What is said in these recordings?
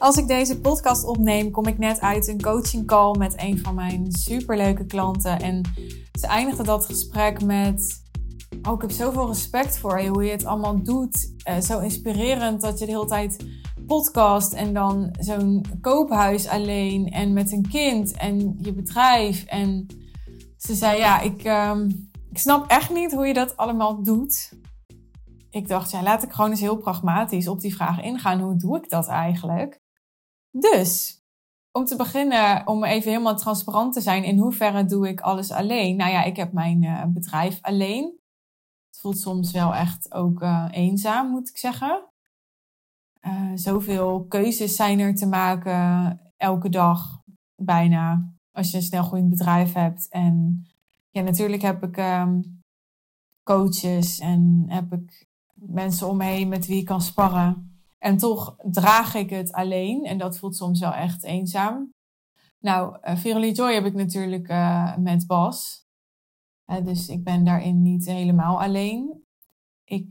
Als ik deze podcast opneem, kom ik net uit een coaching call met een van mijn superleuke klanten. En ze eindigde dat gesprek met: ik heb zoveel respect voor je, hoe je het allemaal doet. Zo inspirerend dat je de hele tijd podcast en dan zo'n koophuis alleen en met een kind en je bedrijf. En ze zei, ik snap echt niet hoe je dat allemaal doet. Ik dacht, laat ik gewoon eens heel pragmatisch op die vraag ingaan. Hoe doe ik dat eigenlijk? Dus, om te beginnen, om even helemaal transparant te zijn, in hoeverre doe ik alles alleen? Ik heb mijn bedrijf alleen. Het voelt soms wel echt ook eenzaam, moet ik zeggen. Zoveel keuzes zijn er te maken, elke dag bijna, als je een snel groeiend bedrijf hebt. En natuurlijk heb ik coaches en heb ik mensen om me heen met wie ik kan sparren. En toch draag ik het alleen. En dat voelt soms wel echt eenzaam. Verily Joy heb ik natuurlijk met Bas. Dus ik ben daarin niet helemaal alleen. Ik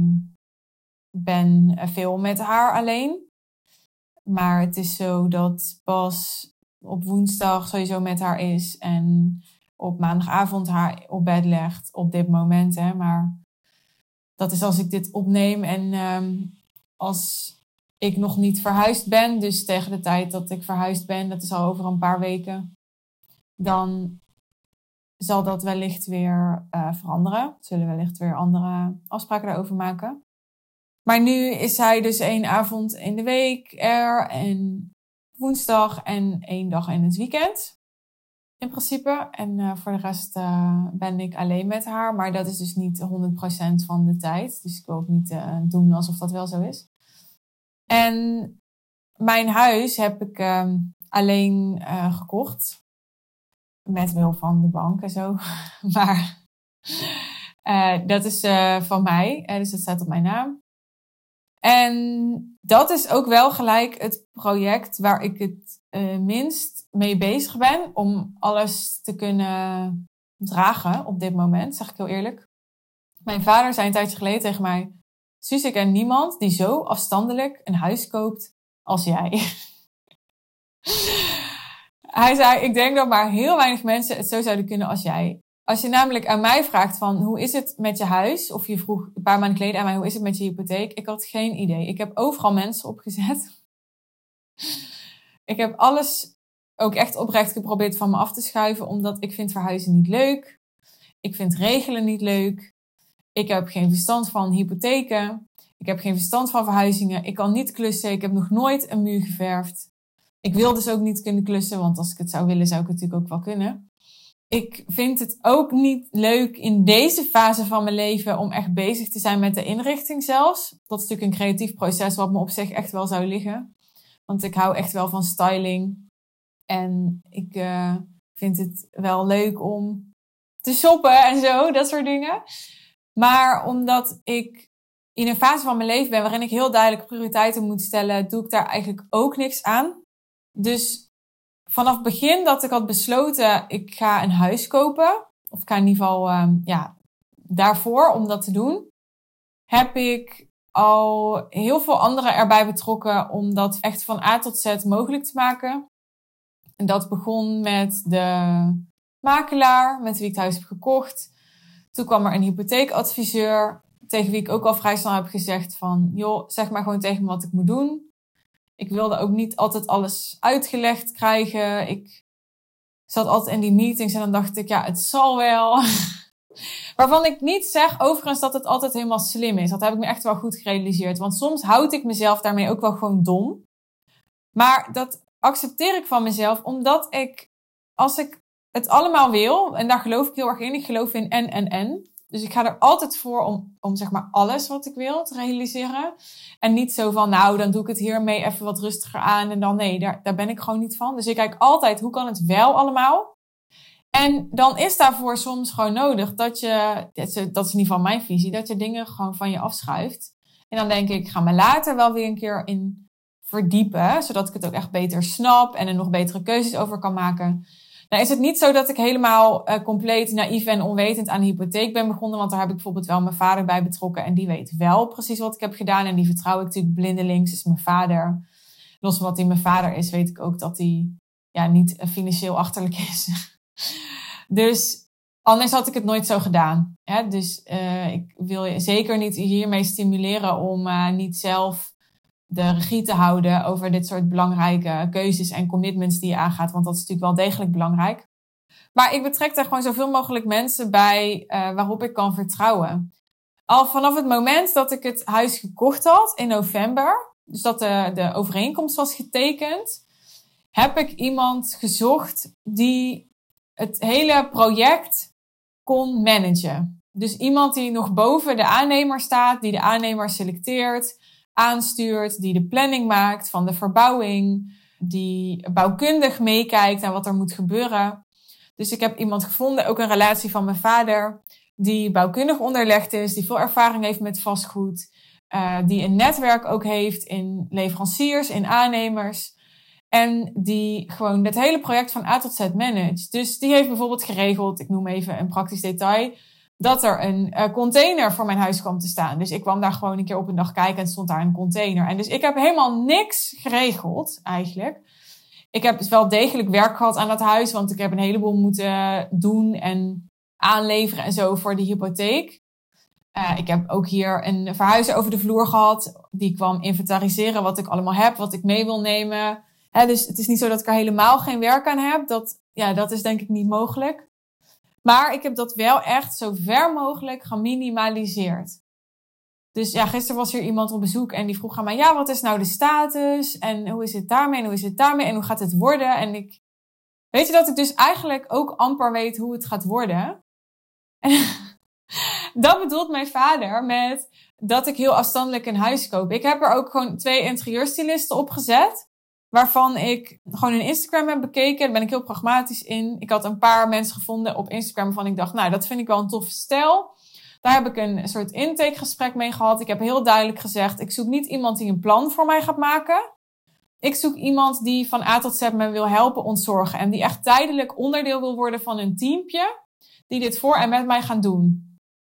ben veel met haar alleen. Maar het is zo dat Bas op woensdag sowieso met haar is. En op maandagavond haar op bed legt. Op dit moment. Maar dat is als ik dit opneem. En als ik nog niet verhuisd ben, dus tegen de tijd dat ik verhuisd ben, dat is al over een paar weken, dan zal dat wellicht weer veranderen. Zullen we wellicht weer andere afspraken daarover maken. Maar nu is hij dus 1 avond in de week er en woensdag en 1 dag in het weekend. In principe. En voor de rest ben ik alleen met haar. Maar dat is dus niet 100% van de tijd. Dus ik wil ook niet doen alsof dat wel zo is. En mijn huis heb ik alleen gekocht. Met behulp van de bank en zo. Maar dat is van mij. Dus dat staat op mijn naam. En dat is ook wel gelijk het project waar ik het minst mee bezig ben. Om alles te kunnen dragen op dit moment, zeg ik heel eerlijk. Mijn vader zei een tijdje geleden tegen mij: Suus, ik ken niemand die zo afstandelijk een huis koopt als jij. Hij zei, ik denk dat maar heel weinig mensen het zo zouden kunnen als jij. Als je namelijk aan mij vraagt van, hoe is het met je huis? Of je vroeg een paar maanden geleden aan mij, hoe is het met je hypotheek? Ik had geen idee. Ik heb overal mensen opgezet. Ik heb alles ook echt oprecht geprobeerd van me af te schuiven, omdat ik vind verhuizen niet leuk. Ik vind regelen niet leuk. Ik heb geen verstand van hypotheken. Ik heb geen verstand van verhuizingen. Ik kan niet klussen. Ik heb nog nooit een muur geverfd. Ik wil dus ook niet kunnen klussen, want als ik het zou willen, zou ik het natuurlijk ook wel kunnen. Ik vind het ook niet leuk in deze fase van mijn leven om echt bezig te zijn met de inrichting zelfs. Dat is natuurlijk een creatief proces wat me op zich echt wel zou liggen. Want ik hou echt wel van styling. En ik vind het wel leuk om te shoppen en zo, dat soort dingen. Maar omdat ik in een fase van mijn leven ben waarin ik heel duidelijk prioriteiten moet stellen, doe ik daar eigenlijk ook niks aan. Dus vanaf het begin dat ik had besloten, ik ga een huis kopen, of ik ga in ieder geval daarvoor om dat te doen, heb ik al heel veel anderen erbij betrokken om dat echt van A tot Z mogelijk te maken. En dat begon met de makelaar, met wie ik het huis heb gekocht. Toen kwam er een hypotheekadviseur, tegen wie ik ook al vrij snel heb gezegd van, joh, zeg maar gewoon tegen me wat ik moet doen. Ik wilde ook niet altijd alles uitgelegd krijgen. Ik zat altijd in die meetings en dan dacht ik, het zal wel. Waarvan ik niet zeg overigens dat het altijd helemaal slim is. Dat heb ik me echt wel goed gerealiseerd. Want soms houd ik mezelf daarmee ook wel gewoon dom. Maar dat accepteer ik van mezelf, omdat als ik het allemaal wil, en daar geloof ik heel erg in, ik geloof in en. Dus ik ga er altijd voor om zeg maar alles wat ik wil te realiseren. En niet zo van, dan doe ik het hiermee even wat rustiger aan. En dan nee, daar ben ik gewoon niet van. Dus ik kijk altijd, hoe kan het wel allemaal? En dan is daarvoor soms gewoon nodig dat is in ieder geval mijn visie, dat je dingen gewoon van je afschuift. En dan denk ik ga me later wel weer een keer in verdiepen, zodat ik het ook echt beter snap en er nog betere keuzes over kan maken. Nou is het niet zo dat ik helemaal compleet naïef en onwetend aan de hypotheek ben begonnen. Want daar heb ik bijvoorbeeld wel mijn vader bij betrokken. En die weet wel precies wat ik heb gedaan. En die vertrouw ik natuurlijk blindelings. Dus mijn vader Los van dat hij mijn vader is, weet ik ook dat hij niet financieel achterlijk is. Dus anders had ik het nooit zo gedaan. Hè? Dus ik wil je zeker niet hiermee stimuleren om niet zelf de regie te houden over dit soort belangrijke keuzes en commitments die je aangaat. Want dat is natuurlijk wel degelijk belangrijk. Maar ik betrek daar gewoon zoveel mogelijk mensen bij waarop ik kan vertrouwen. Al vanaf het moment dat ik het huis gekocht had in november, dus dat de overeenkomst was getekend, heb ik iemand gezocht die het hele project kon managen. Dus iemand die nog boven de aannemer staat, die de aannemer selecteert, aanstuurt, die de planning maakt van de verbouwing, die bouwkundig meekijkt naar wat er moet gebeuren. Dus ik heb iemand gevonden, ook een relatie van mijn vader, die bouwkundig onderlegd is, die veel ervaring heeft met vastgoed, die een netwerk ook heeft in leveranciers, in aannemers. En die gewoon het hele project van A tot Z managt. Dus die heeft bijvoorbeeld geregeld, ik noem even een praktisch detail, dat er een container voor mijn huis kwam te staan. Dus ik kwam daar gewoon een keer op een dag kijken en stond daar een container. En dus ik heb helemaal niks geregeld eigenlijk. Ik heb dus wel degelijk werk gehad aan dat huis, want ik heb een heleboel moeten doen en aanleveren en zo voor de hypotheek. Ik heb ook hier een verhuizer over de vloer gehad. Die kwam inventariseren wat ik allemaal heb, wat ik mee wil nemen. Dus het is niet zo dat ik er helemaal geen werk aan heb. Dat is denk ik niet mogelijk. Maar ik heb dat wel echt zo ver mogelijk geminimaliseerd. Dus gisteren was hier iemand op bezoek en die vroeg aan mij, wat is nou de status? En hoe is het daarmee? En hoe is het daarmee? En hoe gaat het worden? En weet je dat ik dus eigenlijk ook amper weet hoe het gaat worden? En dat bedoelt mijn vader met dat ik heel afstandelijk een huis koop. Ik heb er ook gewoon 2 interieurstylisten op gezet. Waarvan ik gewoon hun Instagram heb bekeken. Daar ben ik heel pragmatisch in. Ik had een paar mensen gevonden op Instagram waarvan ik dacht, dat vind ik wel een toffe stijl. Daar heb ik een soort intakegesprek mee gehad. Ik heb heel duidelijk gezegd, ik zoek niet iemand die een plan voor mij gaat maken. Ik zoek iemand die van A tot Z me wil helpen ontzorgen. En die echt tijdelijk onderdeel wil worden van een teampje. Die dit voor en met mij gaan doen.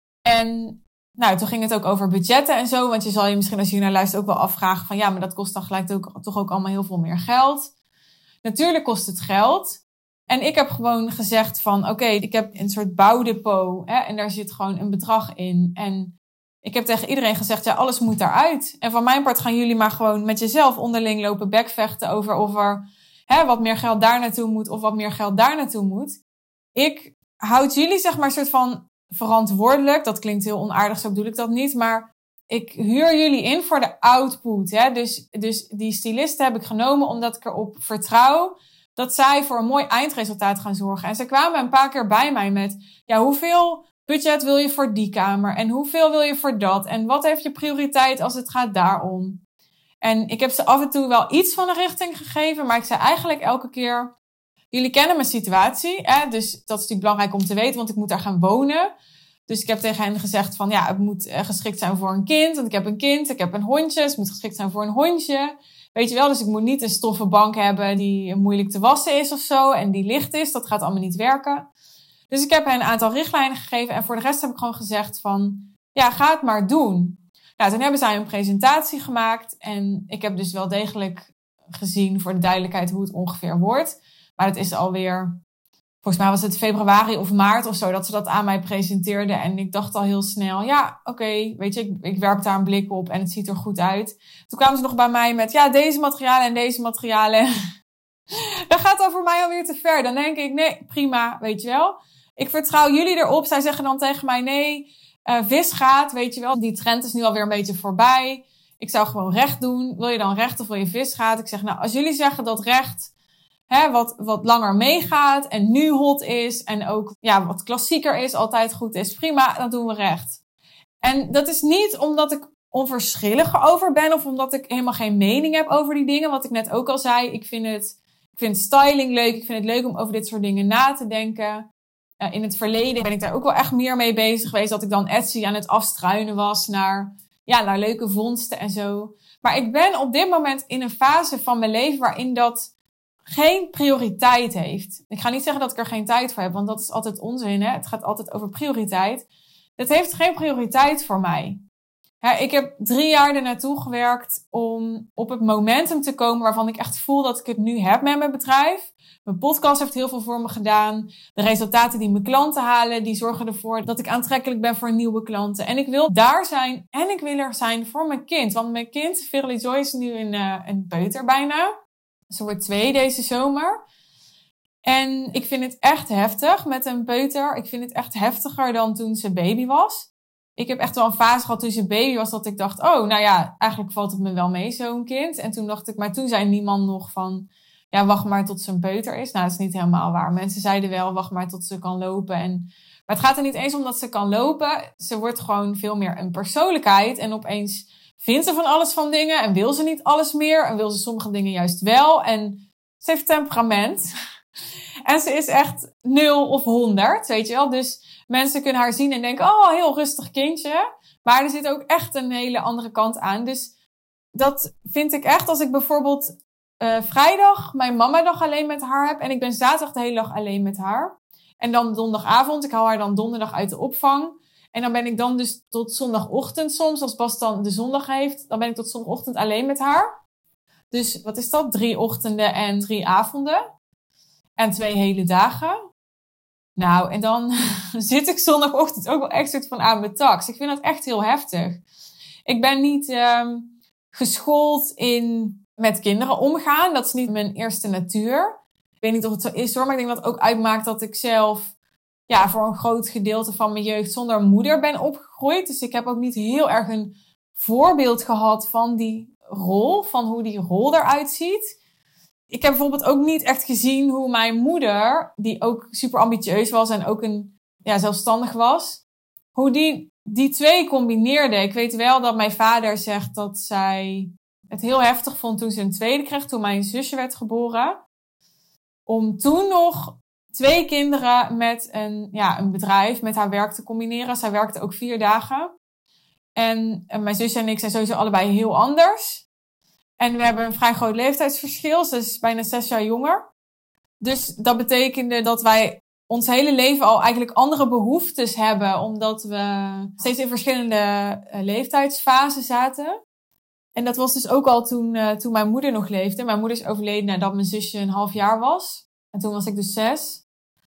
En toen ging het ook over budgetten en zo. Want je zal je misschien als je hier naar luistert ook wel afvragen van maar dat kost dan gelijk toch ook allemaal heel veel meer geld. Natuurlijk kost het geld. En ik heb gewoon gezegd van oké, ik heb een soort bouwdepot. En daar zit gewoon een bedrag in. En ik heb tegen iedereen gezegd, alles moet daaruit. En van mijn part gaan jullie maar gewoon met jezelf onderling lopen bekvechten over of er wat meer geld daar naartoe moet of wat meer geld daar naartoe moet. Ik houd jullie zeg maar een soort van verantwoordelijk. Dat klinkt heel onaardig, zo bedoel ik dat niet. Maar ik huur jullie in voor de output. Dus die stylisten heb ik genomen omdat ik erop vertrouw dat zij voor een mooi eindresultaat gaan zorgen. En ze kwamen een paar keer bij mij met, hoeveel budget wil je voor die kamer? En hoeveel wil je voor dat? En wat heeft je prioriteit als het gaat daarom? En ik heb ze af en toe wel iets van een richting gegeven, maar ik zei eigenlijk elke keer, jullie kennen mijn situatie, dus dat is natuurlijk belangrijk om te weten, want ik moet daar gaan wonen. Dus ik heb tegen hen gezegd van, het moet geschikt zijn voor een kind, want ik heb een kind, ik heb een hondje, dus het moet geschikt zijn voor een hondje. Weet je wel, dus ik moet niet een stoffen bank hebben die moeilijk te wassen is of zo en die licht is, dat gaat allemaal niet werken. Dus ik heb hen een aantal richtlijnen gegeven en voor de rest heb ik gewoon gezegd van, ga het maar doen. Toen hebben zij een presentatie gemaakt en ik heb dus wel degelijk gezien voor de duidelijkheid hoe het ongeveer wordt. Maar het is alweer, volgens mij was het februari of maart of zo, dat ze dat aan mij presenteerden. En ik dacht al heel snel, oké, weet je, ik werp daar een blik op en het ziet er goed uit. Toen kwamen ze nog bij mij met, deze materialen en deze materialen. Dat gaat dan voor mij alweer te ver. Dan denk ik, nee, prima, weet je wel. Ik vertrouw jullie erop. Zij zeggen dan tegen mij, nee, visgaat, weet je wel. Die trend is nu alweer een beetje voorbij. Ik zou gewoon recht doen. Wil je dan recht of wil je visgaat? Ik zeg, als jullie zeggen dat recht wat langer meegaat en nu hot is en ook wat klassieker is, altijd goed is, prima, dan doen we recht. En dat is niet omdat ik onverschillig over ben of omdat ik helemaal geen mening heb over die dingen. Wat ik net ook al zei, ik vind styling leuk. Ik vind het leuk om over dit soort dingen na te denken. In het verleden ben ik daar ook wel echt meer mee bezig geweest. Dat ik dan Etsy aan het afstruinen was naar leuke vondsten en zo. Maar ik ben op dit moment in een fase van mijn leven waarin dat geen prioriteit heeft. Ik ga niet zeggen dat ik er geen tijd voor heb, want dat is altijd onzin. Het gaat altijd over prioriteit. Het heeft geen prioriteit voor mij. Ik heb 3 jaar er naartoe gewerkt om op het momentum te komen waarvan ik echt voel dat ik het nu heb met mijn bedrijf. Mijn podcast heeft heel veel voor me gedaan. De resultaten die mijn klanten halen, die zorgen ervoor dat ik aantrekkelijk ben voor nieuwe klanten. En ik wil daar zijn en ik wil er zijn voor mijn kind. Want mijn kind, Verily Joy, is nu een peuter bijna. Ze wordt 2 deze zomer. En ik vind het echt heftig met een peuter. Ik vind het echt heftiger dan toen ze baby was. Ik heb echt wel een fase gehad toen ze baby was dat ik dacht, oh, nou ja, eigenlijk valt het me wel mee, zo'n kind. En toen dacht ik, maar toen zei niemand nog van, ja, wacht maar tot ze een peuter is. Nou, dat is niet helemaal waar. Mensen zeiden wel, wacht maar tot ze kan lopen. Maar het gaat er niet eens om dat ze kan lopen. Ze wordt gewoon veel meer een persoonlijkheid. En opeens vindt ze van alles van dingen en wil ze niet alles meer. En wil ze sommige dingen juist wel. En ze heeft temperament. En ze is echt 0 of 100, weet je wel. Dus mensen kunnen haar zien en denken, oh, heel rustig kindje. Maar er zit ook echt een hele andere kant aan. Dus dat vind ik echt als ik bijvoorbeeld vrijdag mijn mamadag alleen met haar heb. En ik ben zaterdag de hele dag alleen met haar. En dan donderdagavond, ik haal haar dan donderdag uit de opvang. En dan ben ik dan dus tot zondagochtend soms, als Bas dan de zondag heeft. Dan ben ik tot zondagochtend alleen met haar. Dus wat is dat? 3 ochtenden en 3 avonden. En 2 hele dagen. Nou, en dan zit ik zondagochtend ook wel echt soort van aan mijn tax. Ik vind dat echt heel heftig. Ik ben niet geschoold in met kinderen omgaan. Dat is niet mijn eerste natuur. Ik weet niet of het zo is hoor, maar ik denk dat het ook uitmaakt dat ik zelf voor een groot gedeelte van mijn jeugd zonder moeder ben opgegroeid. Dus ik heb ook niet heel erg een voorbeeld gehad van die rol, van hoe die rol eruit ziet. Ik heb bijvoorbeeld ook niet echt gezien hoe mijn moeder, die ook super ambitieus was en ook zelfstandig was, hoe die 2 combineerde. Ik weet wel dat mijn vader zegt dat zij het heel heftig vond toen ze een tweede kreeg, toen mijn zusje werd geboren. Om toen nog 2 kinderen met een bedrijf, met haar werk te combineren. Zij werkte ook 4 dagen. En mijn zusje en ik zijn sowieso allebei heel anders. En we hebben een vrij groot leeftijdsverschil. Ze is bijna 6 jaar jonger. Dus dat betekende dat wij ons hele leven al eigenlijk andere behoeftes hebben. Omdat we steeds in verschillende leeftijdsfasen zaten. En dat was dus ook al toen mijn moeder nog leefde. Mijn moeder is overleden nadat mijn zusje een half jaar was. En toen was ik dus 6.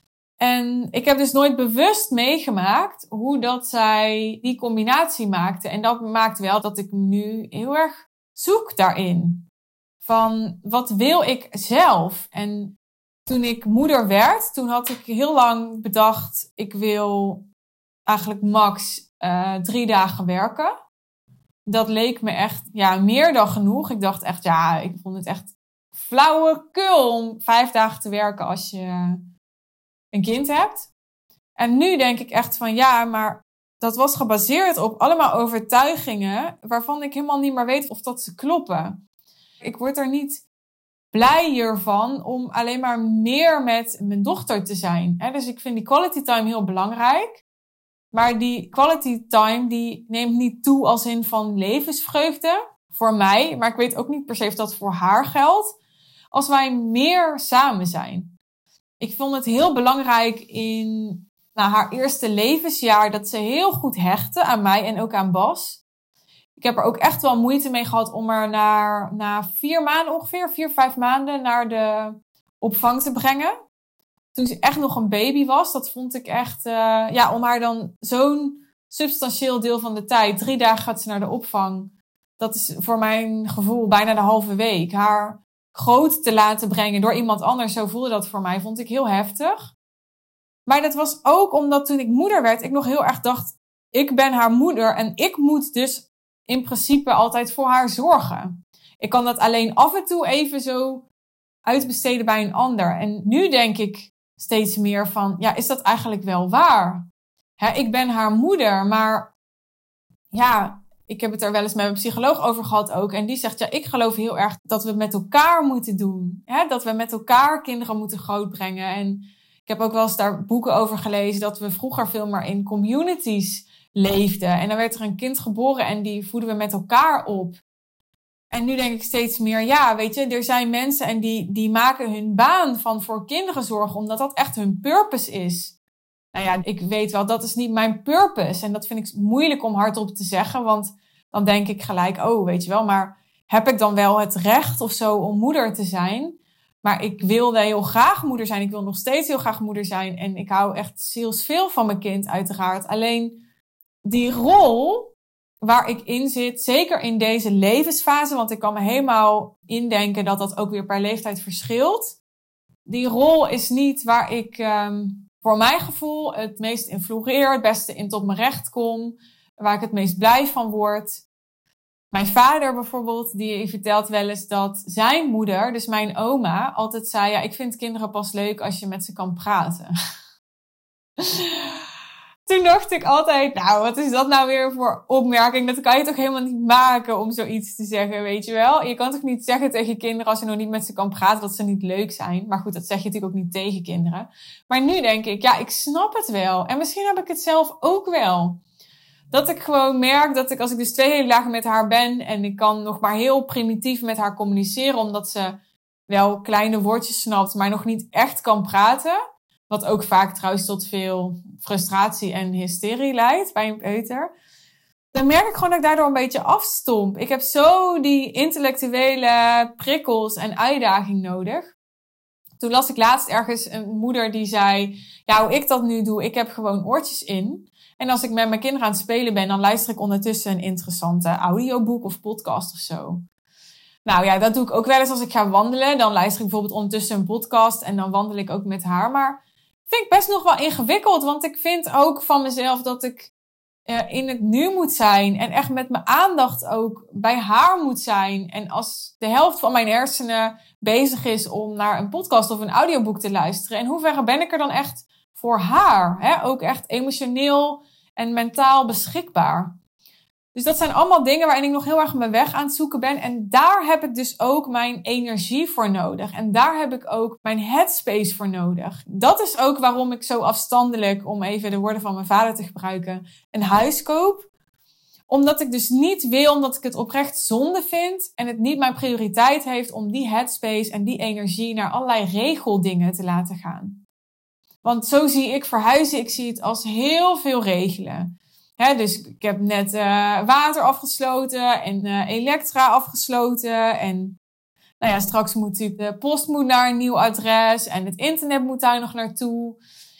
En ik heb dus nooit bewust meegemaakt hoe dat zij die combinatie maakte. En dat maakt wel dat ik nu heel erg zoek daarin. Van wat wil ik zelf? En toen ik moeder werd, toen had ik heel lang bedacht, ik wil eigenlijk max 3 dagen werken. Dat leek me echt meer dan genoeg. Ik dacht echt, ik vond het echt flauwekul om 5 dagen te werken als je een kind hebt. En nu denk ik echt van maar dat was gebaseerd op allemaal overtuigingen waarvan ik helemaal niet meer weet of dat ze kloppen. Ik word er niet blijer van om alleen maar meer met mijn dochter te zijn. Dus ik vind die quality time heel belangrijk. Maar die quality time die neemt niet toe als in van levensvreugde voor mij. Maar ik weet ook niet per se of dat voor haar geldt. Als wij meer samen zijn. Ik vond het heel belangrijk in haar eerste levensjaar dat ze heel goed hechtte aan mij en ook aan Bas. Ik heb er ook echt wel moeite mee gehad om er na 4 maanden ongeveer, 4, 5 maanden naar de opvang te brengen. Toen ze echt nog een baby was, dat vond ik echt, om haar dan zo'n substantieel deel van de tijd, 3 dagen gaat ze naar de opvang. Dat is voor mijn gevoel bijna de halve week. Haar groot te laten brengen door iemand anders, zo voelde dat voor mij, vond ik heel heftig. Maar dat was ook omdat toen ik moeder werd, ik nog heel erg dacht, ik ben haar moeder en ik moet dus in principe altijd voor haar zorgen. Ik kan dat alleen af en toe even zo uitbesteden bij een ander. En nu denk ik steeds meer van, is dat eigenlijk wel waar? Ik ben haar moeder, maar ik heb het er wel eens met mijn psycholoog over gehad ook. En die zegt, ik geloof heel erg dat we het met elkaar moeten doen. Dat we met elkaar kinderen moeten grootbrengen. En ik heb ook wel eens daar boeken over gelezen dat we vroeger veel meer in communities leefden. En dan werd er een kind geboren en die voeden we met elkaar op. En nu denk ik steeds meer, weet je, er zijn mensen en die maken hun baan van voor kinderen zorgen, omdat dat echt hun purpose is. Nou ik weet wel, dat is niet mijn purpose. En dat vind ik moeilijk om hardop te zeggen, want dan denk ik gelijk, oh, weet je wel, maar heb ik dan wel het recht of zo om moeder te zijn? Maar ik wilde heel graag moeder zijn. Ik wil nog steeds heel graag moeder zijn. En ik hou echt zielsveel van mijn kind, uiteraard. Alleen die rol waar ik in zit, zeker in deze levensfase, want ik kan me helemaal indenken dat dat ook weer per leeftijd verschilt. Die rol is niet waar ik voor mijn gevoel het meest in floreer, het beste in tot mijn recht kom, waar ik het meest blij van word. Mijn vader bijvoorbeeld, die vertelt wel eens dat zijn moeder, dus mijn oma, altijd zei, ja, ik vind kinderen pas leuk als je met ze kan praten. Toen dacht ik altijd, nou, wat is dat nou weer voor opmerking? Dat kan je toch helemaal niet maken om zoiets te zeggen, weet je wel? Je kan toch niet zeggen tegen kinderen als je nog niet met ze kan praten dat ze niet leuk zijn. Maar goed, dat zeg je natuurlijk ook niet tegen kinderen. Maar nu denk ik, ja, ik snap het wel. En misschien heb ik het zelf ook wel. Dat ik gewoon merk dat ik, als ik dus 2 hele dagen met haar ben en ik kan nog maar heel primitief met haar communiceren, omdat ze wel kleine woordjes snapt, maar nog niet echt kan praten. Wat ook vaak trouwens tot veel frustratie en hysterie leidt bij een peuter. Dan merk ik gewoon dat ik daardoor een beetje afstomp. Ik heb zo die intellectuele prikkels en uitdaging nodig. Toen las ik laatst ergens een moeder die zei, ja, hoe ik dat nu doe, ik heb gewoon oortjes in. En als ik met mijn kinderen aan het spelen ben, dan luister ik ondertussen een interessante audioboek of podcast of zo. Nou ja, dat doe ik ook wel eens als ik ga wandelen. Dan luister ik bijvoorbeeld ondertussen een podcast en dan wandel ik ook met haar. Maar vind ik best nog wel ingewikkeld, want ik vind ook van mezelf dat ik in het nu moet zijn. En echt met mijn aandacht ook bij haar moet zijn. En als de helft van mijn hersenen bezig is om naar een podcast of een audioboek te luisteren, in hoeverre ben ik er dan echt voor haar? Hè? Ook echt emotioneel en mentaal beschikbaar. Dus dat zijn allemaal dingen waarin ik nog heel erg mijn weg aan het zoeken ben. En daar heb ik dus ook mijn energie voor nodig. En daar heb ik ook mijn headspace voor nodig. Dat is ook waarom ik zo afstandelijk, om even de woorden van mijn vader te gebruiken, een huis koop. Omdat ik dus niet wil, omdat ik het oprecht zonde vind en het niet mijn prioriteit heeft om die headspace en die energie naar allerlei regeldingen te laten gaan. Want zo zie ik verhuizen. Ik zie het als heel veel regelen. Dus ik heb net water afgesloten en elektra afgesloten. En nou ja, straks moet natuurlijk de post naar een nieuw adres. En het internet moet daar nog naartoe.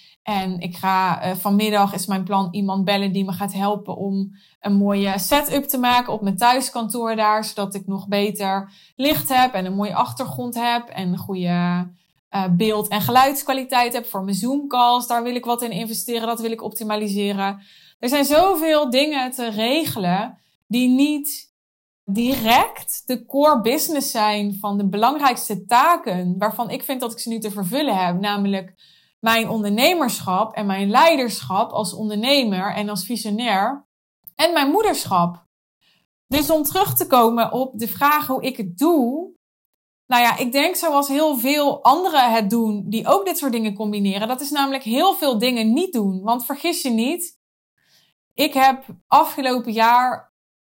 En ik ga vanmiddag, is mijn plan, iemand bellen die me gaat helpen om een mooie setup te maken op mijn thuiskantoor daar. Zodat ik nog beter licht heb en een mooie achtergrond heb. En een goede beeld- en geluidskwaliteit heb voor mijn Zoom-calls. Daar wil ik wat in investeren, dat wil ik optimaliseren. Er zijn zoveel dingen te regelen die niet direct de core business zijn van de belangrijkste taken waarvan ik vind dat ik ze nu te vervullen heb. Namelijk mijn ondernemerschap en mijn leiderschap als ondernemer en als visionair en mijn moederschap. Dus om terug te komen op de vraag hoe ik het doe. Nou ja, ik denk zoals heel veel anderen het doen die ook dit soort dingen combineren. Dat is namelijk heel veel dingen niet doen. Want vergis je niet, ik heb afgelopen jaar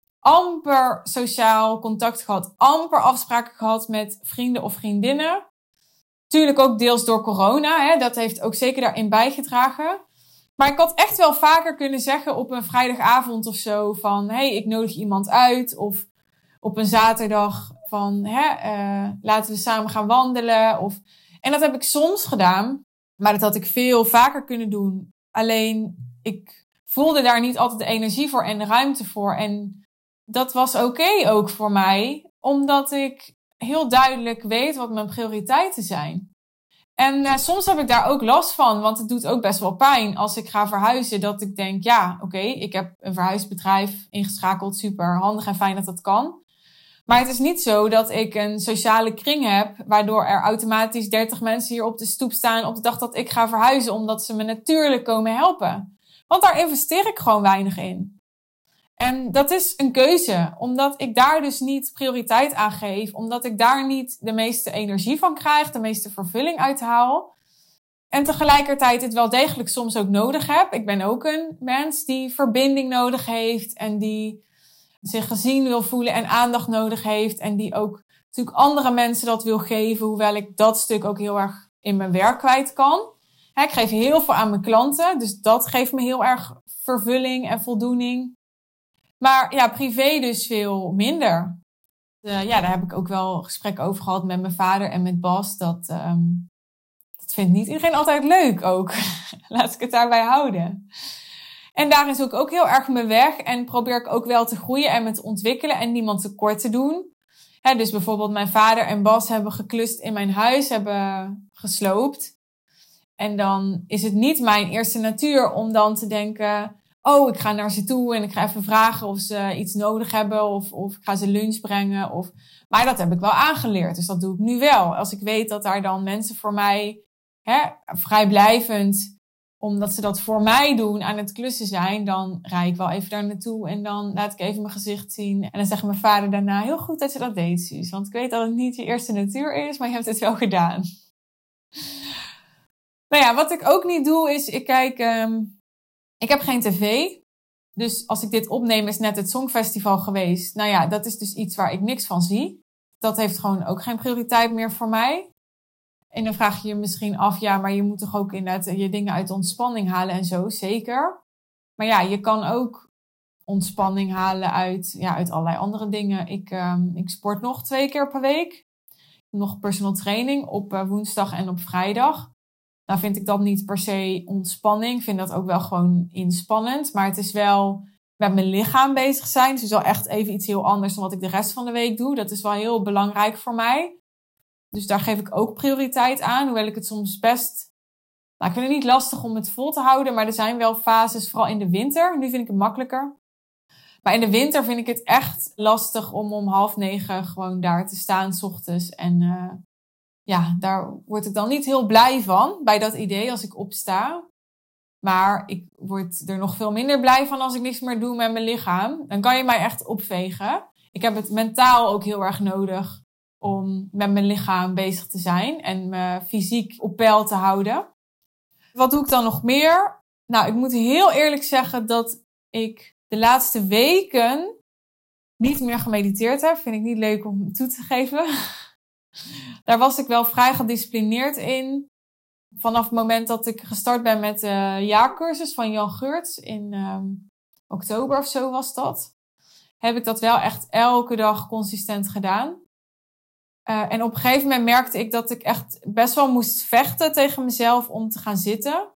amper sociaal contact gehad. Amper afspraken gehad met vrienden of vriendinnen. Tuurlijk ook deels door corona. Hè, dat heeft ook zeker daarin bijgedragen. Maar ik had echt wel vaker kunnen zeggen op een vrijdagavond of zo van, hey, ik nodig iemand uit. Of op een zaterdag van, laten we samen gaan wandelen. En dat heb ik soms gedaan. Maar dat had ik veel vaker kunnen doen. Alleen, ik voelde daar niet altijd de energie voor en de ruimte voor. En dat was oké ook voor mij. Omdat ik heel duidelijk weet wat mijn prioriteiten zijn. En soms heb ik daar ook last van. Want het doet ook best wel pijn als ik ga verhuizen. Dat ik denk, ja, oké, ik heb een verhuisbedrijf ingeschakeld. Super handig en fijn dat dat kan. Maar het is niet zo dat ik een sociale kring heb, waardoor er automatisch 30 mensen hier op de stoep staan op de dag dat ik ga verhuizen, omdat ze me natuurlijk komen helpen. Want daar investeer ik gewoon weinig in. En dat is een keuze, omdat ik daar dus niet prioriteit aan geef, omdat ik daar niet de meeste energie van krijg, de meeste vervulling uithaal. En tegelijkertijd het wel degelijk soms ook nodig heb. Ik ben ook een mens die verbinding nodig heeft en die zich gezien wil voelen en aandacht nodig heeft. En die ook natuurlijk andere mensen dat wil geven. Hoewel ik dat stuk ook heel erg in mijn werk kwijt kan. Ik geef heel veel aan mijn klanten. Dus dat geeft me heel erg vervulling en voldoening. Maar ja, privé dus veel minder. Daar heb ik ook wel gesprekken over gehad met mijn vader en met Bas. Dat vindt niet iedereen altijd leuk ook. Laat ik het daarbij houden. En daarin zoek ik ook heel erg mijn weg. En probeer ik ook wel te groeien en me te ontwikkelen. En niemand tekort te doen. Dus bijvoorbeeld mijn vader en Bas hebben geklust in mijn huis. Hebben gesloopt. En dan is het niet mijn eerste natuur om dan te denken... Oh, ik ga naar ze toe en ik ga even vragen of ze iets nodig hebben. Of ik ga ze lunch brengen. Maar dat heb ik wel aangeleerd. Dus dat doe ik nu wel. Als ik weet dat daar dan mensen voor mij vrijblijvend... omdat ze dat voor mij doen, aan het klussen zijn... dan rijd ik wel even daar naartoe en dan laat ik even mijn gezicht zien. En dan zegt mijn vader daarna, heel goed dat je dat deed, Suus. Want ik weet dat het niet je eerste natuur is, maar je hebt het wel gedaan. Nou ja, wat ik ook niet doe is, ik heb geen tv. Dus als ik dit opneem is net het Songfestival geweest. Nou ja, dat is dus iets waar ik niks van zie. Dat heeft gewoon ook geen prioriteit meer voor mij. En dan vraag je je misschien af, ja, maar je moet toch ook inderdaad je dingen uit de ontspanning halen en zo, zeker. Maar ja, je kan ook ontspanning halen uit allerlei andere dingen. Ik sport nog 2 keer per week. Nog personal training op woensdag en op vrijdag. Nou vind ik dat niet per se ontspanning. Ik vind dat ook wel gewoon inspannend. Maar het is wel met mijn lichaam bezig zijn. Dus het is wel echt even iets heel anders dan wat ik de rest van de week doe. Dat is wel heel belangrijk voor mij. Dus daar geef ik ook prioriteit aan. Hoewel ik het soms best... Nou, ik vind het niet lastig om het vol te houden. Maar er zijn wel fases, vooral in de winter. Nu vind ik het makkelijker. Maar in de winter vind ik het echt lastig om 8:30 gewoon daar te staan 's ochtends. En daar word ik dan niet heel blij van. Bij dat idee als ik opsta. Maar ik word er nog veel minder blij van als ik niks meer doe met mijn lichaam. Dan kan je mij echt opvegen. Ik heb het mentaal ook heel erg nodig om met mijn lichaam bezig te zijn en me fysiek op peil te houden. Wat doe ik dan nog meer? Nou, ik moet heel eerlijk zeggen dat ik de laatste weken niet meer gemediteerd heb. Vind ik niet leuk om toe te geven. Daar was ik wel vrij gedisciplineerd in. Vanaf het moment dat ik gestart ben met de jaarcursus van Jan Geurts in oktober of zo was dat. Heb ik dat wel echt elke dag consistent gedaan. En op een gegeven moment merkte ik dat ik echt best wel moest vechten tegen mezelf om te gaan zitten.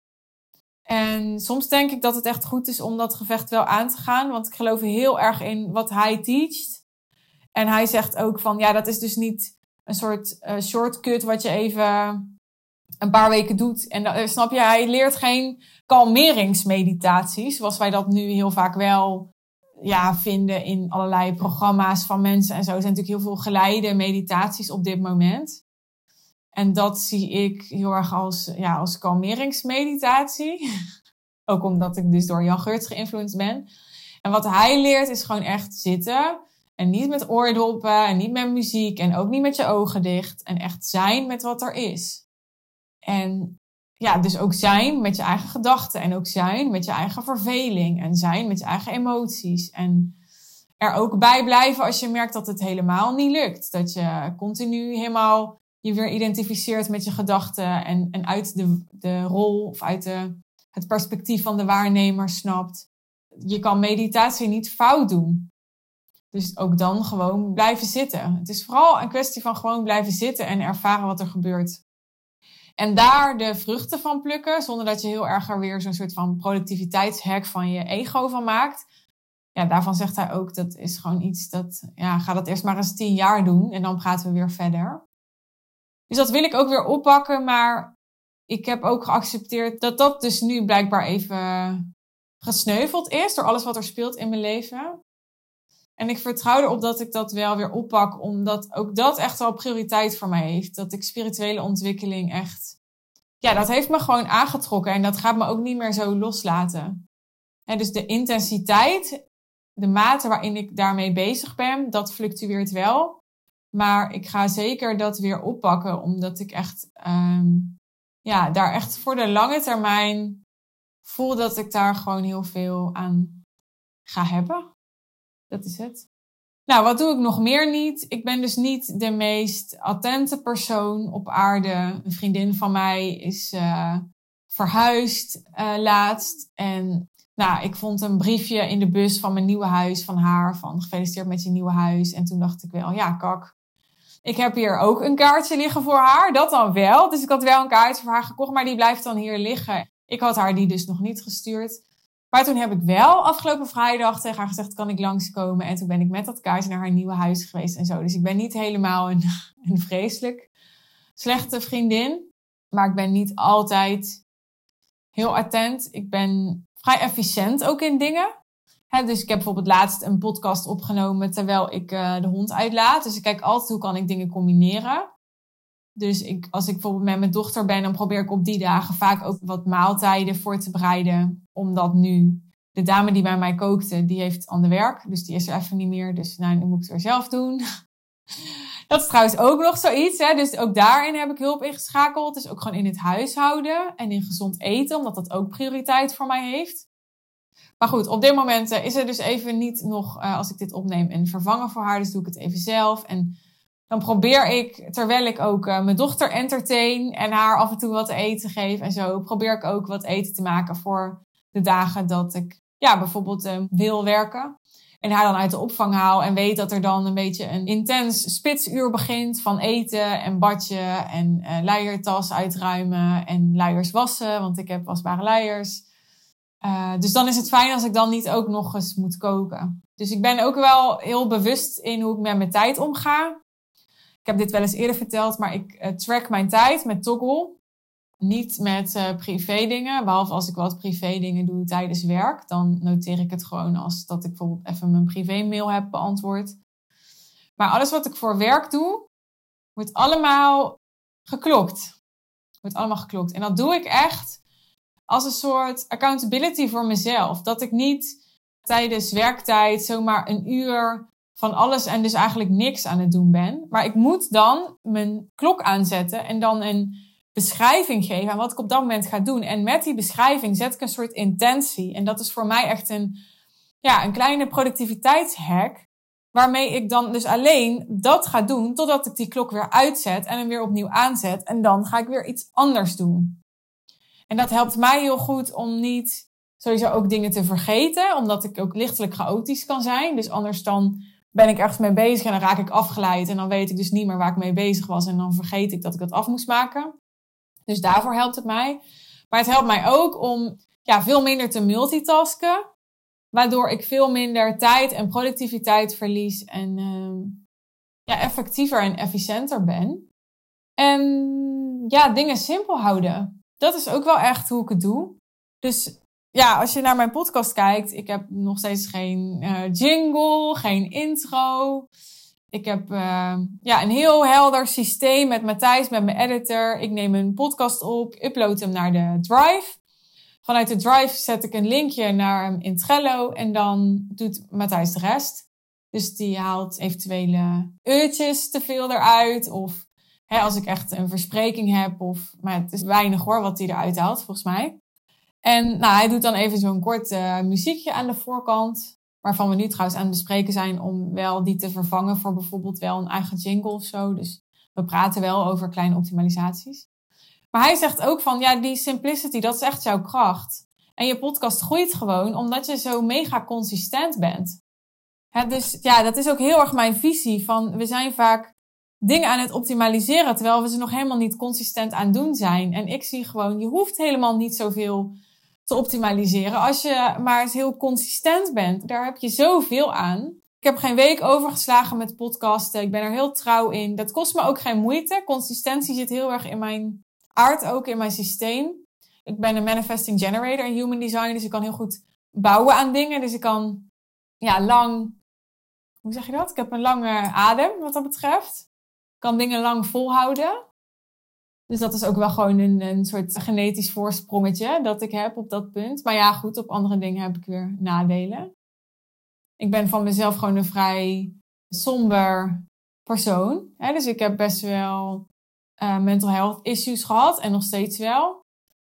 En soms denk ik dat het echt goed is om dat gevecht wel aan te gaan. Want ik geloof heel erg in wat hij teacht. En hij zegt ook van, ja, dat is dus niet een soort shortcut wat je even een paar weken doet. En snap je, hij leert geen kalmeringsmeditaties, zoals wij dat nu heel vaak wel vinden in allerlei programma's van mensen en zo. Er zijn natuurlijk heel veel geleide meditaties op dit moment. En dat zie ik heel erg als kalmeringsmeditatie. Ook omdat ik dus door Jan Geurts geïnfluenced ben. En wat hij leert is gewoon echt zitten. En niet met oordoppen en niet met muziek. En ook niet met je ogen dicht. En echt zijn met wat er is. En ja, dus ook zijn met je eigen gedachten. En ook zijn met je eigen verveling. En zijn met je eigen emoties. En er ook bij blijven als je merkt dat het helemaal niet lukt. Dat je continu helemaal je weer identificeert met je gedachten. En uit de rol of uit het perspectief van de waarnemer snapt. Je kan meditatie niet fout doen. Dus ook dan gewoon blijven zitten. Het is vooral een kwestie van gewoon blijven zitten en ervaren wat er gebeurt. En daar de vruchten van plukken, zonder dat je heel erg er weer zo'n soort van productiviteitshack van je ego van maakt. Ja, daarvan zegt hij ook, dat is gewoon iets ga dat eerst maar eens 10 jaar doen en dan praten we weer verder. Dus dat wil ik ook weer oppakken, maar ik heb ook geaccepteerd dat dat dus nu blijkbaar even gesneuveld is door alles wat er speelt in mijn leven. En ik vertrouw erop dat ik dat wel weer oppak, omdat ook dat echt wel prioriteit voor mij heeft. Dat ik spirituele ontwikkeling echt... Ja, dat heeft me gewoon aangetrokken en dat gaat me ook niet meer zo loslaten. Dus de intensiteit, de mate waarin ik daarmee bezig ben, dat fluctueert wel. Maar ik ga zeker dat weer oppakken, omdat ik echt, daar echt voor de lange termijn voel dat ik daar gewoon heel veel aan ga hebben. Dat is het. Nou, wat doe ik nog meer niet? Ik ben dus niet de meest attente persoon op aarde. Een vriendin van mij is verhuisd laatst. En Nou, ik vond een briefje in de bus van mijn nieuwe huis van haar. Van gefeliciteerd met je nieuwe huis. En toen dacht ik wel, ja kak. Ik heb hier ook een kaartje liggen voor haar. Dat dan wel. Dus ik had wel een kaartje voor haar gekocht. Maar die blijft dan hier liggen. Ik had haar die dus nog niet gestuurd. Maar toen heb ik wel afgelopen vrijdag tegen haar gezegd, kan ik langskomen? En toen ben ik met dat kaartje naar haar nieuwe huis geweest en zo. Dus ik ben niet helemaal een vreselijk slechte vriendin. Maar ik ben niet altijd heel attent. Ik ben vrij efficiënt ook in dingen. Dus ik heb bijvoorbeeld laatst een podcast opgenomen terwijl ik de hond uitlaat. Dus ik kijk altijd hoe kan ik dingen combineren. Dus als ik bijvoorbeeld met mijn dochter ben, dan probeer ik op die dagen vaak ook wat maaltijden voor te bereiden. Omdat nu de dame die bij mij kookte, die heeft ander werk. Dus die is er even niet meer. Dus nu moet ik het weer zelf doen. Dat is trouwens ook nog zoiets. Dus ook daarin heb ik hulp ingeschakeld. Dus ook gewoon in het huishouden en in gezond eten. Omdat dat ook prioriteit voor mij heeft. Maar goed, op dit moment is er dus even niet nog, als ik dit opneem, een vervanger voor haar. Dus doe ik het even zelf. En dan probeer ik, terwijl ik ook mijn dochter entertain en haar af en toe wat te eten geef en zo, probeer ik ook wat eten te maken voor de dagen dat ik bijvoorbeeld wil werken. En haar dan uit de opvang haal en weet dat er dan een beetje een intens spitsuur begint van eten en badje en luiertas uitruimen en luiers wassen, want ik heb wasbare luiers. Dus dan is het fijn als ik dan niet ook nog eens moet koken. Dus ik ben ook wel heel bewust in hoe ik met mijn tijd omga. Ik heb dit wel eens eerder verteld, maar ik track mijn tijd met Toggl. Niet met privé dingen, behalve als ik wat privé dingen doe tijdens werk. Dan noteer ik het gewoon als dat ik bijvoorbeeld even mijn privé mail heb beantwoord. Maar alles wat ik voor werk doe, wordt allemaal geklokt. En dat doe ik echt als een soort accountability voor mezelf. Dat ik niet tijdens werktijd zomaar een uur van alles en dus eigenlijk niks aan het doen ben. Maar ik moet dan mijn klok aanzetten en dan een beschrijving geven aan wat ik op dat moment ga doen. En met die beschrijving zet ik een soort intentie. En dat is voor mij echt een kleine productiviteitshack. Waarmee ik dan dus alleen dat ga doen totdat ik die klok weer uitzet en hem weer opnieuw aanzet. En dan ga ik weer iets anders doen. En dat helpt mij heel goed om niet sowieso ook dingen te vergeten. Omdat ik ook lichtelijk chaotisch kan zijn. Dus anders dan ben ik ergens mee bezig en dan raak ik afgeleid. En dan weet ik dus niet meer waar ik mee bezig was. En dan vergeet ik dat ik dat af moest maken. Dus daarvoor helpt het mij. Maar het helpt mij ook om veel minder te multitasken. Waardoor ik veel minder tijd en productiviteit verlies. En effectiever en efficiënter ben. En dingen simpel houden. Dat is ook wel echt hoe ik het doe. Dus als je naar mijn podcast kijkt. Ik heb nog steeds geen jingle, geen intro. Ik heb een heel helder systeem met Matthijs, met mijn editor. Ik neem een podcast op, upload hem naar de Drive. Vanuit de Drive zet ik een linkje naar hem in Trello. En dan doet Matthijs de rest. Dus die haalt eventuele uurtjes te veel eruit. Of als ik echt een verspreking heb. Maar het is weinig hoor wat hij eruit haalt volgens mij. En hij doet dan even zo'n kort muziekje aan de voorkant. Waarvan we nu trouwens aan het bespreken zijn om wel die te vervangen voor bijvoorbeeld wel een eigen jingle of zo. Dus we praten wel over kleine optimalisaties. Maar hij zegt ook van, die simplicity, dat is echt jouw kracht. En je podcast groeit gewoon omdat je zo mega consistent bent. Dus dat is ook heel erg mijn visie van, we zijn vaak dingen aan het optimaliseren terwijl we ze nog helemaal niet consistent aan het doen zijn. En ik zie gewoon, je hoeft helemaal niet zoveel te optimaliseren als je maar eens heel consistent bent. Daar heb je zoveel aan. Ik heb geen week overgeslagen met podcasten. Ik ben er heel trouw in. Dat kost me ook geen moeite. Consistentie zit heel erg in mijn aard, ook in mijn systeem. Ik ben een manifesting generator in human design, dus ik kan heel goed bouwen aan dingen. Dus ik kan lang, hoe zeg je dat? Ik heb een lange adem wat dat betreft. Ik kan dingen lang volhouden. Dus dat is ook wel gewoon een soort genetisch voorsprongetje dat ik heb op dat punt. Maar goed, op andere dingen heb ik weer nadelen. Ik ben van mezelf gewoon een vrij somber persoon. Dus ik heb best wel mental health issues gehad en nog steeds wel.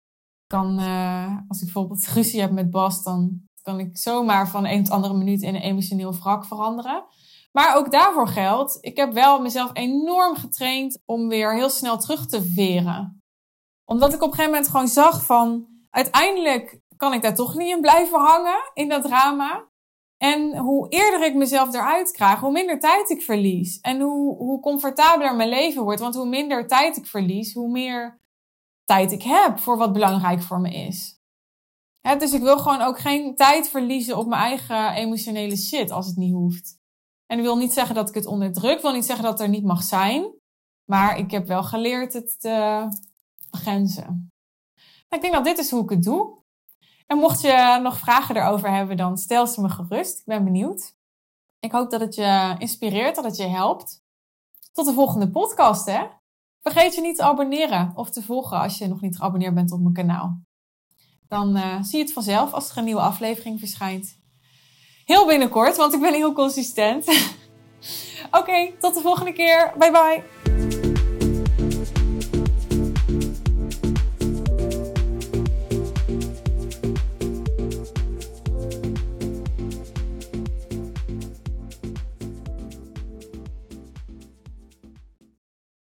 Als ik bijvoorbeeld ruzie heb met Bas, dan kan ik zomaar van de een tot andere minuut in een emotioneel wrak veranderen. Maar ook daarvoor geldt, ik heb wel mezelf enorm getraind om weer heel snel terug te veren. Omdat ik op een gegeven moment gewoon zag van, uiteindelijk kan ik daar toch niet in blijven hangen, in dat drama. En hoe eerder ik mezelf eruit krijg, hoe minder tijd ik verlies. En hoe comfortabeler mijn leven wordt. Want hoe minder tijd ik verlies, hoe meer tijd ik heb voor wat belangrijk voor me is. Dus ik wil gewoon ook geen tijd verliezen op mijn eigen emotionele shit als het niet hoeft. En ik wil niet zeggen dat ik het onderdruk. Ik wil niet zeggen dat het er niet mag zijn. Maar ik heb wel geleerd het te begrenzen. Ik denk dat dit is hoe ik het doe. En mocht je nog vragen erover hebben, dan stel ze me gerust. Ik ben benieuwd. Ik hoop dat het je inspireert, dat het je helpt. Tot de volgende podcast, hè? Vergeet je niet te abonneren of te volgen als je nog niet geabonneerd bent op mijn kanaal. Dan zie je het vanzelf als er een nieuwe aflevering verschijnt. Heel binnenkort, want ik ben heel consistent. Oké, tot de volgende keer. Bye bye.